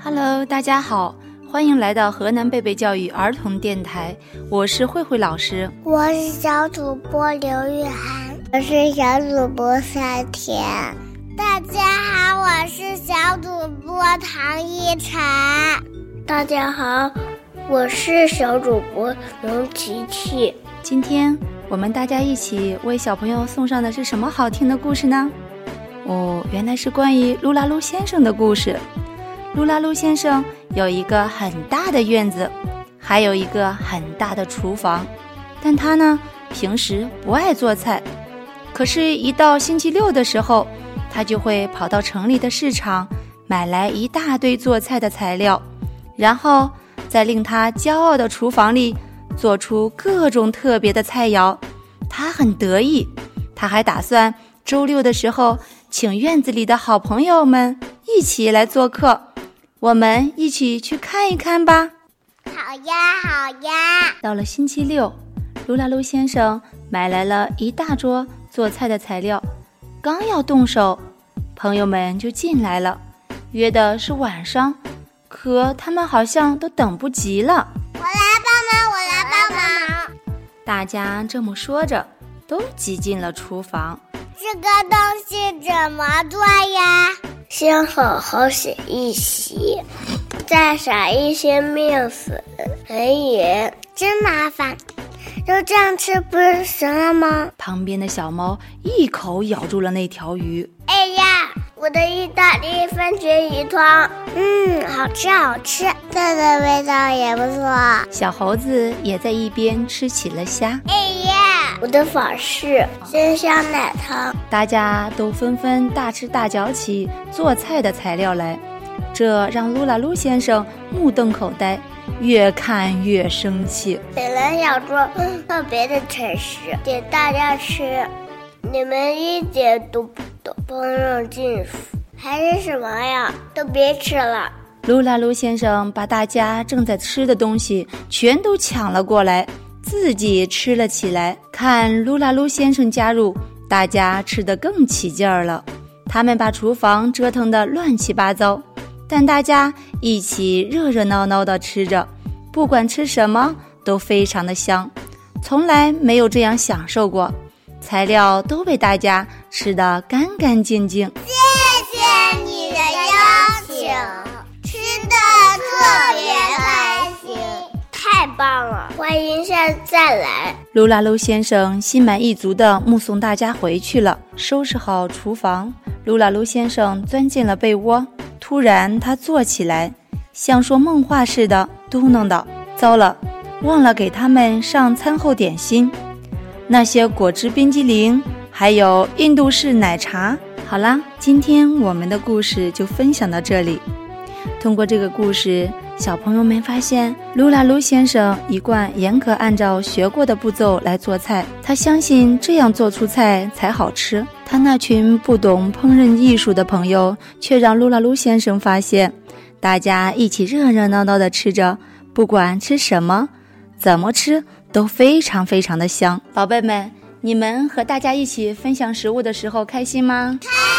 Hello， 大家好，欢迎来到河南贝贝教育儿童电台，我是慧慧老师。 我是小主播刘玉涵。我是小主播夏甜。大家好，我是小主播唐一晨。 大家好，我是小主播龙琪琪。 今天我们大家一起为小朋友送上的是什么好听的故事呢？原来是关于噜啦噜先生的故事。噜啦噜先生有一个很大的院子，还有一个很大的厨房，但他呢，平时不爱做菜，可是一到星期六的时候，他就会跑到城里的市场买来一大堆做菜的材料，然后在令他骄傲的厨房里做出各种特别的菜肴。他很得意，他还打算周六的时候请院子里的好朋友们一起来做客，我们一起去看一看吧。 好呀，好呀。 到了星期六，噜啦噜先生买来了一大桌做菜的材料，刚要动手，朋友们就进来了，约的是晚上，可他们好像都等不及了。 我来帮忙。 大家这么说着，都挤进了厨房。 这个东西怎么做呀？ 先好好洗一洗，再撒一些面粉、盐。 真麻烦，就这样吃不是行了吗？ 旁边的小猫一口咬住了那条鱼。 哎呀，我的意大利番茄鱼汤，好吃，它的味道也不错。 小猴子也在一边吃起了虾。 哎呀， 我的法式鲜虾奶汤。 大家都纷纷大吃大嚼起做菜的材料来，这让噜啦噜先生目瞪口呆，越看越生气。 本来想做特别的菜式给大家吃，你们一点都不懂烹饪技术，还是什么呀？都别吃了。 噜啦噜先生把大家正在吃的东西全都抢了过来，自己吃了起来。看噜啦噜先生加入，大家吃得更起劲儿了。他们把厨房折腾得乱七八糟，但大家一起热热闹闹地吃着，不管吃什么都非常的香，从来没有这样享受过。材料都被大家吃得干干净净。 谢谢你的邀请，吃得特别开心。 太棒了，欢迎下次再来。 噜啦噜先生心满意足地目送大家回去了，收拾好厨房，噜啦噜先生钻进了被窝。突然他坐起来，像说梦话似的嘟囔道：糟了，忘了给他们上餐后点心，那些果汁冰激凌还有印度式奶茶。好啦，今天我们的故事就分享到这里。通过这个故事，小朋友们发现噜啦噜先生一贯严格按照学过的步骤来做菜，他相信这样做出菜才好吃。他那群不懂烹饪艺术的朋友却让噜啦噜先生发现，大家一起热热闹闹地吃着，不管吃什么怎么吃都非常非常的香。宝贝们，你们和大家一起分享食物的时候开心吗？ 开